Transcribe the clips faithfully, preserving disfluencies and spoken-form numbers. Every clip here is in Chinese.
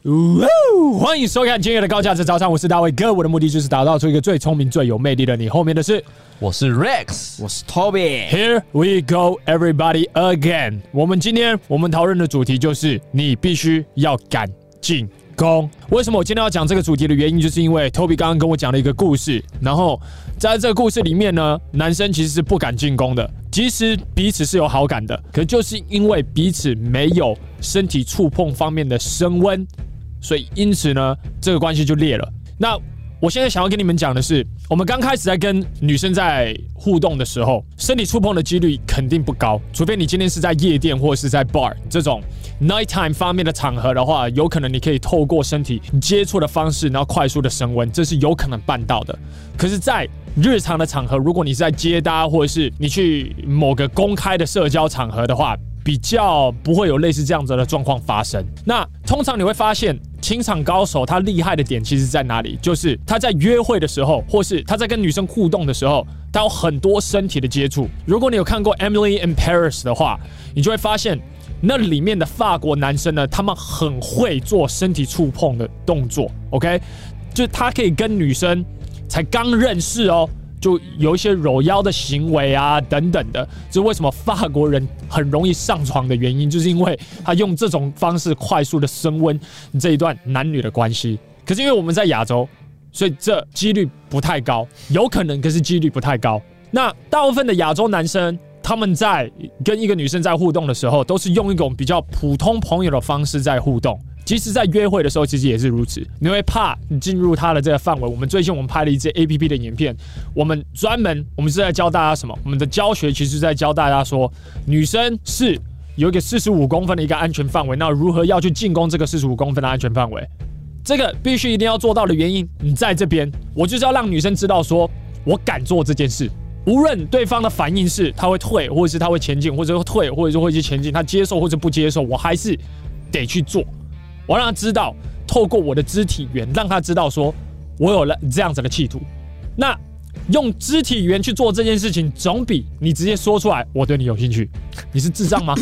欢迎收看今天的高价值早餐，我是大卫哥。我的目的就是打造出一个最聪明、最有魅力的你。后面的是， 我是 Rex， 我是 Toby。 Here we go, everybody again。我们今天我们讨论的主题就是你必须要敢进攻。为什么我今天要讲这个主题的原因，就是因为 Toby 刚刚跟我讲了一个故事，然后在这个故事里面呢，男生其实是不敢进攻的，即使彼此是有好感的，可就是因为彼此没有身体触碰方面的升温，所以因此呢，这个关系就裂了。那我现在想要跟你们讲的是，我们刚开始在跟女生在互动的时候，身体触碰的几率肯定不高，除非你今天是在夜店或是在 bar 这种 nighttime 方面的场合的话，有可能你可以透过身体接触的方式，然后快速的升温，这是有可能办到的。可是，在日常的场合，如果你是在接搭，或者是你去某个公开的社交场合的话，比较不会有类似这样子的状况发生。那通常你会发现，情场高手他厉害的点其实在哪里？就是他在约会的时候，或是他在跟女生互动的时候，他有很多身体的接触。如果你有看过 Emily in Paris 的话，你就会发现那里面的法国男生呢，他们很会做身体触碰的动作。OK， 就是他可以跟女生才刚认识哦，就有一些搂腰的行为啊，等等的。这是为什么法国人很容易上床的原因，就是因为他用这种方式快速的升温这一段男女的关系。可是因为我们在亚洲，所以这几率不太高，有可能，可是几率不太高。那大部分的亚洲男生，他们在跟一个女生在互动的时候，都是用一种比较普通朋友的方式在互动。即使在约会的时候，其实也是如此。你会怕你进入他的这个范围。我们最近我们拍了一支 A P P 的影片，我们专门我们是在教大家什么？我们的教学其实是在教大家说，女生是有一个四十五公分的一个安全范围，那如何要去进攻这个四十五公分的安全范围？这个必须一定要做到的原因，你在这边，我就是要让女生知道说，我敢做这件事。无论对方的反应是他会退，或者是他会前进，或者会退，或者是会去前进，他接受或者不接受，我还是得去做。我要让他知道，透过我的肢体语言，让他知道说我有了这样子的企图。那用肢体语言去做这件事情，总比你直接说出来我对你有兴趣。你是智障吗？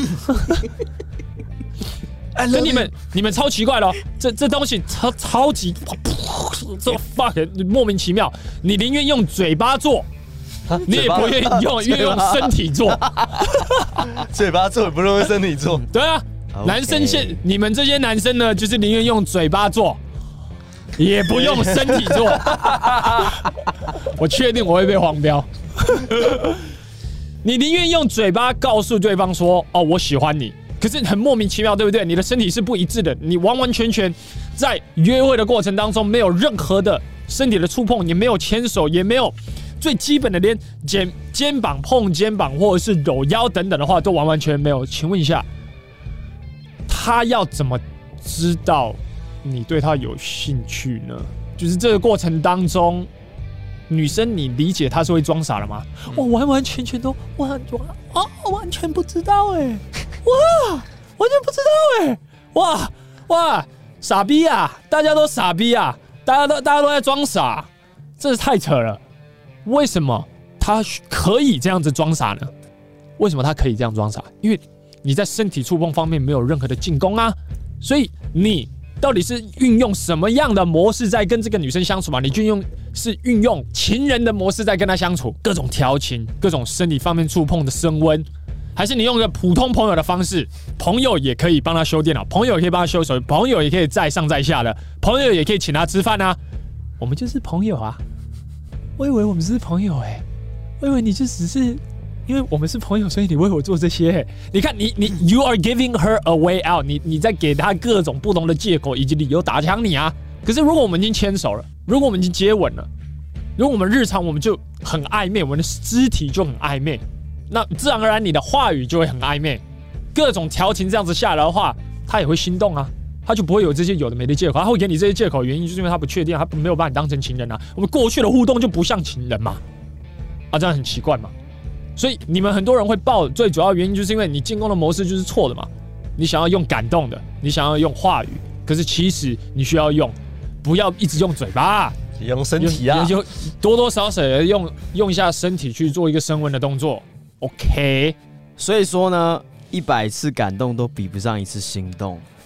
跟你们你们超奇怪的哦，这这东西超超级这 fuck 莫名其妙。你宁愿用嘴巴做，你也不愿意用愿意用身体做。 嘴巴做也不用身体做。 对啊。Okay. 男生现你们这些男生呢，就是宁愿用嘴巴做，也不用身体做。我确定我会被黄标。你宁愿用嘴巴告诉对方说：“哦，我喜欢你。”可是很莫名其妙，对不对？你的身体是不一致的，你完完全全在约会的过程当中没有任何的身体的触碰，也没有牵手，也没有最基本的连肩肩膀碰肩膀或者是搂腰等等的话，都完完全全没有。请问一下，他要怎么知道你对他有兴趣呢？就是这个过程当中，女生你理解她是会装傻的吗？嗯、我完完全全都完啊，完全不知道哎、欸，哇，完全不知道哎、欸，哇哇，傻逼啊！大家都傻逼啊！大家都大家都在装傻，真是太扯了。为什么他可以这样子装傻呢？为什么他可以这样装傻？因为你在身体触碰方面没有任何的进攻啊，所以你到底是运用什么样的模式在跟这个女生相处嘛？你运用是运用情人的模式在跟她相处，各种调情，各种身体方面触碰的升温，还是你用一个普通朋友的方式？朋友也可以帮他修电脑，朋友也可以帮他修手机，朋友也可以在上在下的，朋友也可以请他吃饭啊。我们就是朋友啊，我以为我们是朋友哎、欸，我以为你就只是。因为我们是朋友，所以你为我做这些。你看，你你 you are giving her a way out， 你你在给她各种不同的借口以及理由打枪你啊。可是如果我们已经牵手了，如果我们已经接吻了，如果我们日常我们就很暧昧，我们的肢体就很暧昧，那自然而然你的话语就会很暧昧，各种调情这样子下来的话，他也会心动啊。他就不会有这些有的没的借口，他会给你这些借口，原因就是因为他不确定，他没有把你当成情人啊。我们过去的互动就不像情人嘛，啊，这样很奇怪嘛。所以你们很多人会爆，最主要原因就是因为你进攻的模式就是错的嘛。你想要用感动的，你想要用话语，可是其实你需要用，不要一直用嘴巴， 用身体啊， 就多多少少用用一下身体去做一个升温的动作。OK， 所以说呢，一百次感动都比不上一次心动。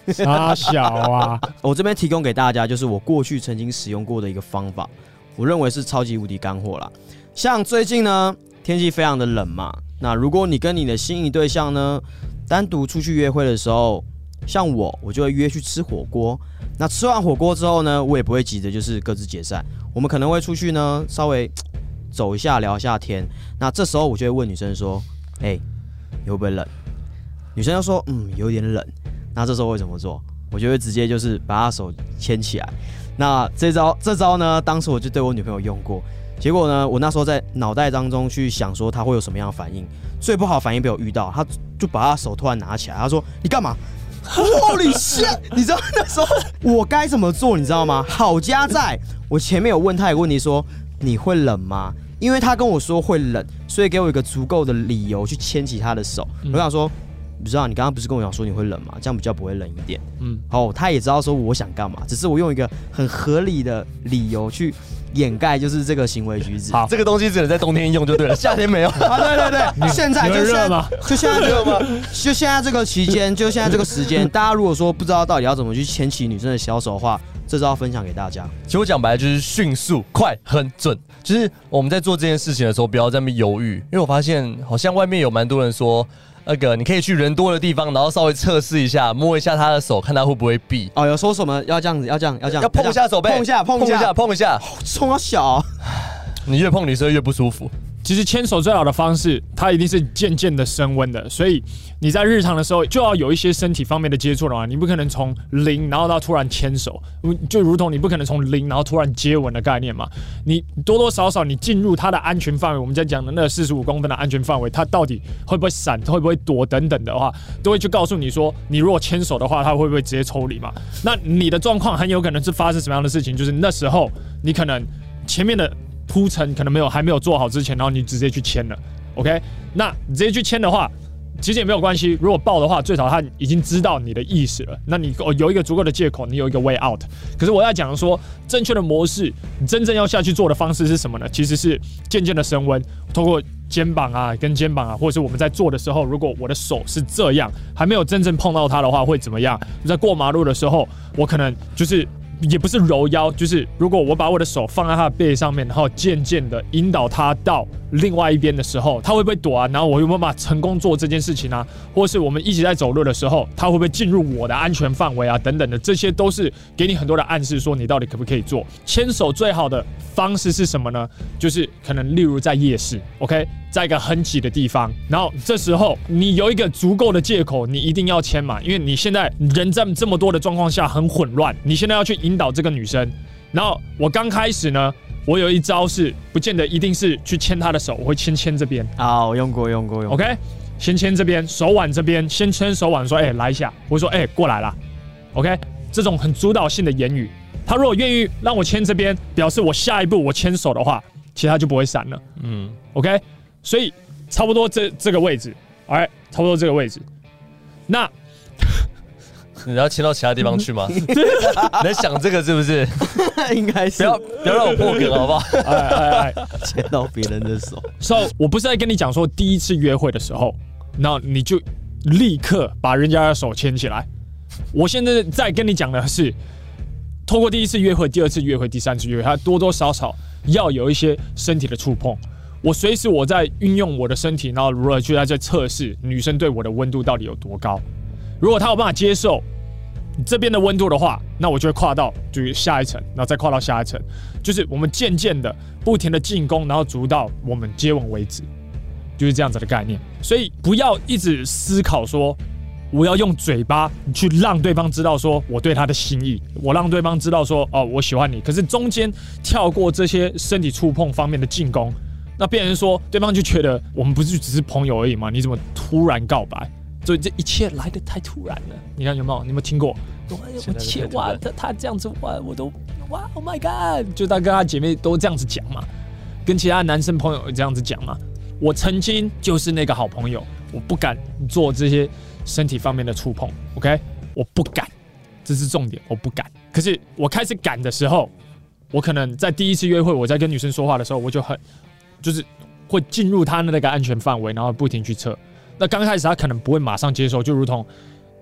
傻小啊！ 我这边提供给大家，就是我过去曾经使用过的一个方法，我认为是超级无敌干货啦。像最近呢，天气非常的冷嘛，那如果你跟你的心仪对象呢，单独出去约会的时候，像我，我就会约去吃火锅。那吃完火锅之后呢，我也不会急着就是各自解散，我们可能会出去呢，稍微走一下，聊一下天。那这时候我就会问女生说：“哎、欸，你会不会冷？”女生就说：“嗯，有点冷。”那这时候会怎么做？我就会直接就是把她手牵起来。那这招这招呢，当时我就对我女朋友用过。结果呢，我那时候在脑袋当中去想说她会有什么样的反应。最不好的反应被我遇到，她就把她手突然拿起来，她说：“你干嘛？” Holy shit！ 你知道那时候我该怎么做？你知道吗？好家在我前面有问他一个问题说：“你会冷吗？”因为他跟我说会冷，所以给我一个足够的理由去牵起他的手。嗯、我想说，不知道你刚刚不是跟我讲说你会冷吗？这样比较不会冷一点。嗯，好，他也知道说我想干嘛，只是我用一个很合理的理由去掩盖，就是这个行为举止。 好，这个东西只能在冬天用就对了，夏天没有。 啊，对对对，现在就热吗？ 就现在这个吗？就现在这个期间，就现在这个时间，大家如果说不知道到底要怎么去牵起女生的小手的话，这招要分享给大家。 其实我讲白了就是迅速、快、很准。就是我们在做这件事情的时候，不要在那边犹豫，因为我发现好像外面有蛮多人说。那个，你可以去人多的地方，然后稍微测试一下，摸一下他的手，看他会不会避。 哦，有说什么要这样子，要这样，要这样， 要碰一下手背， 碰一下，碰一下， 碰一下， 好重啊小。 你越碰女生越不舒服。 其实牵手最好的方式，它一定是渐渐的升温的，所以你在日常的时候就要有一些身体方面的接触的话，你不可能从零然后到突然牵手，就如同你不可能从零然后突然接吻的概念嘛。你多多少少你进入它的安全范围，我们在讲的那四十五公分的安全范围，它到底会不会闪，会不会躲等等的话，都会去告诉你说，你如果牵手的话，它会不会直接抽离嘛？那你的状况很有可能是发生什么样的事情？就是那时候你可能前面的铺陈可能没有还没有做好之前，然后你直接去签了 ，OK？ 那你直接去签的话，其实也没有关系。如果爆的话，最少他已经知道你的意思了，那你有一个足够的借口，你有一个 way out。可是我要讲说，正确的模式，你真正要下去做的方式是什么呢？其实是渐渐的升温，透过肩膀啊跟肩膀啊，或者是我们在做的时候，如果我的手是这样，还没有真正碰到它的话，会怎么样？在过马路的时候，我可能就是。也不是揉腰，就是如果我把我的手放在他的背上面，然后渐渐的引导他到另外一边的时候，他会不会躲啊？然后我有没有办法成功做这件事情啊？或是我们一起在走路的时候，他会不会进入我的安全范围啊？等等的，这些都是给你很多的暗示，说你到底可不可以做。牵手最好的方式是什么呢？就是可能例如在夜市 ，OK， 在一个很挤的地方，然后这时候你有一个足够的借口，你一定要牵嘛，因为你现在人在这么多的状况下很混乱，你现在要去引导这个女生。然后我刚开始呢，我有一招是不见得一定是去牵她的手，我会牵牵这边啊，我用过用过用过 ，OK， 先牵这边手腕这边，先牵手腕说，哎、欸、来一下，我说哎、欸、过来啦 ，OK， 这种很主导性的言语，他如果愿意让我牵这边，表示我下一步我牵手的话，其他就不会闪了，嗯 ，OK， 所以差不多这这个位置，哎，差不多这个位置，那。 你要牵到其他地方去吗？你在想这个是不是？ 应该是。 不要不要让我破梗好不好？哎哎哎，牵到别人的手。 So， 我不是在跟你讲说第一次约会的时候，那你就立刻把人家的手牵起来。我现在在跟你讲的是，透过第一次约会、第二次约会、第三次约会，它多多少少要有一些身体的触碰。我随时我在运用我的身体，然后如何去在测试女生对我的温度到底有多高。如果她有办法接受这边的温度的话，那我就会跨到就是下一层，然后再跨到下一层，就是我们渐渐的不停的进攻，然后直到我们接吻为止，就是这样子的概念。所以不要一直思考说我要用嘴巴去让对方知道说我对他的心意，我让对方知道说哦我喜欢你，可是中间跳过这些身体触碰方面的进攻，那变成说对方就觉得我们不是只是朋友而已吗？你怎么突然告白？所以这一切来得太突然了，你看有没有？你有没有听过？我切哇，他他这样子哇，我都哇 ，Oh my God！ 就他跟他姐妹都这样子讲嘛，跟其他男生朋友这样子讲嘛。我曾经就是那个好朋友，我不敢做这些身体方面的触碰 ，OK？ 我不敢，这是重点，我不敢。可是我开始敢的时候，我可能在第一次约会，我在跟女生说话的时候，我就很就是会进入她的那个安全范围，然后不停去测。那刚开始他可能不会马上接受，就如同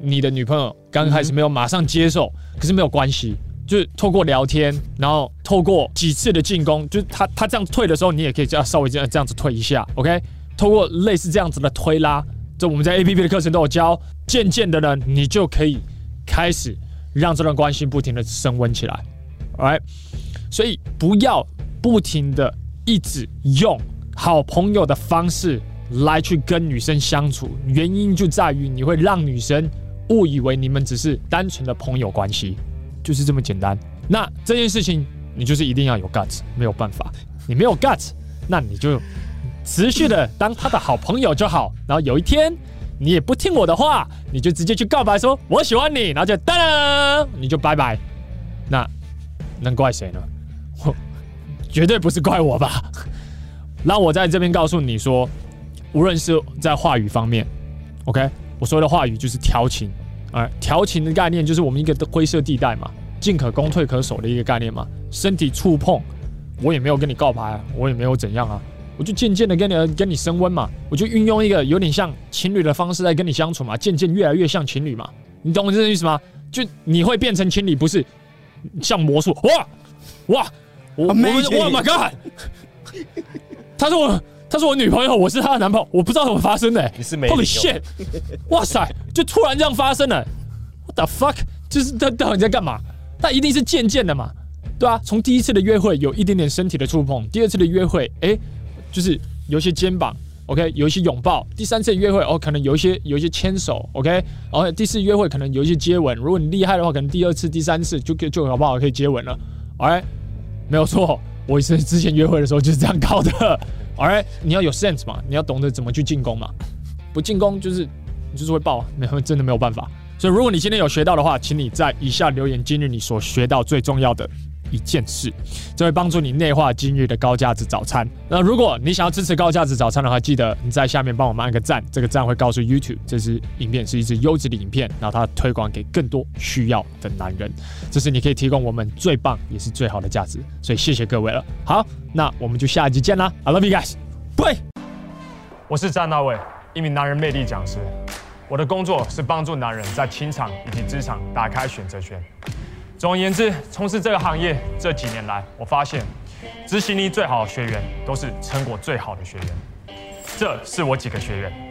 你的女朋友刚开始没有马上接受，可是没有关系，就是透过聊天，然后透过几次的进攻，就是他他这样退的时候，你也可以这样稍微这样这样子退一下 ，OK？ 透过类似这样子的推拉，这我们在 A P P 的课程都有教，渐渐的呢，你就可以开始让这段关系不停的升温起来 ，alright？ 所以不要不停的一直用好朋友的方式来去跟女生相处，原因就在于你会让女生误以为你们只是单纯的朋友关系，就是这么简单。那这件事情你就是一定要有 guts， 没有办法，你没有 guts， 那你就持续的当他的好朋友就好。然后有一天你也不听我的话，你就直接去告白说我喜欢你，然后就当当，你就拜拜。那能怪谁呢？绝对不是怪我吧。让我在这边告诉你说，无论是在话语方面 ，OK， 我说的话语就是调情，哎，调情的概念就是我们一个灰色地带嘛，进可攻退可守的一个概念嘛。身体触碰，我也没有跟你告白啊，我也没有怎样啊，我就渐渐的跟你跟你升温嘛，我就运用一个有点像情侣的方式来跟你相处嘛，渐渐越来越像情侣嘛，你懂我这个意思吗？就你会变成情侣，不是像魔术，哇哇，我我们 ，Oh my God， 她是我。她是我女朋友，我是她的男朋友，我不知道怎么发生的、欸。 你是没？Holy shit！ 哇塞，就突然这样发生了 ，What the fuck？ 就是他到底在干嘛？他一定是渐渐的嘛，对啊，从第一次的约会有一点点身体的触碰，第二次的约会，哎、欸，就是有一些肩膀 ，OK， 有一些拥抱，第三次的约会哦，可能有一些有一些牵手 ，OK， 然后第四次约会可能有一些接吻。如果你厉害的话，可能第二次、第三次就就好不好可以接吻了 ，alright， 没有错，我也是之前约会的时候就是这样搞的。Alright， 你要有 sense 嘛，你要懂得怎么去进攻嘛，不进攻就是你就是会爆啊，没有真的没有办法。所以如果你今天有学到的话，请你在以下留言今日你所学到最重要的一件事，这会帮助你内化今日的高价值早餐。那如果你想要支持高价值早餐的话，记得你在下面帮我们按个赞，这个赞会告诉 YouTube 这支影片是一支优质的影片，然后它推广给更多需要的男人，这是你可以提供我们最棒也是最好的价值，所以谢谢各位了。好，那我们就下一集见啦 ，I love you guys， 拜。我是詹大卫，一名男人魅力讲师。我的工作是帮助男人在情场以及职场打开选择权。总而言之，从事这个行业这几年来，我发现执行力最好的学员都是成果最好的学员。这是我几个学员。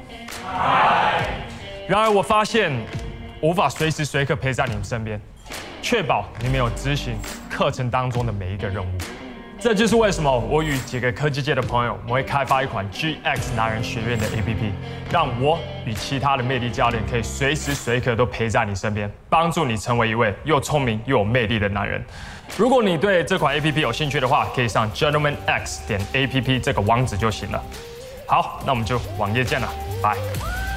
然而，我发现无法随时随刻陪在你们身边，确保你们有执行课程当中的每一个任务。这就是为什么我与几个科技界的朋友，我们会开发一款 G X 男人学院的 A P P， 让我与其他的魅力教练可以随时随刻都陪在你身边，帮助你成为一位又聪明又有魅力的男人。如果你对这款 A P P 有兴趣的话，可以上 gentleman x 点 A P P 这个网址就行了。好，那我们就网页见了，拜。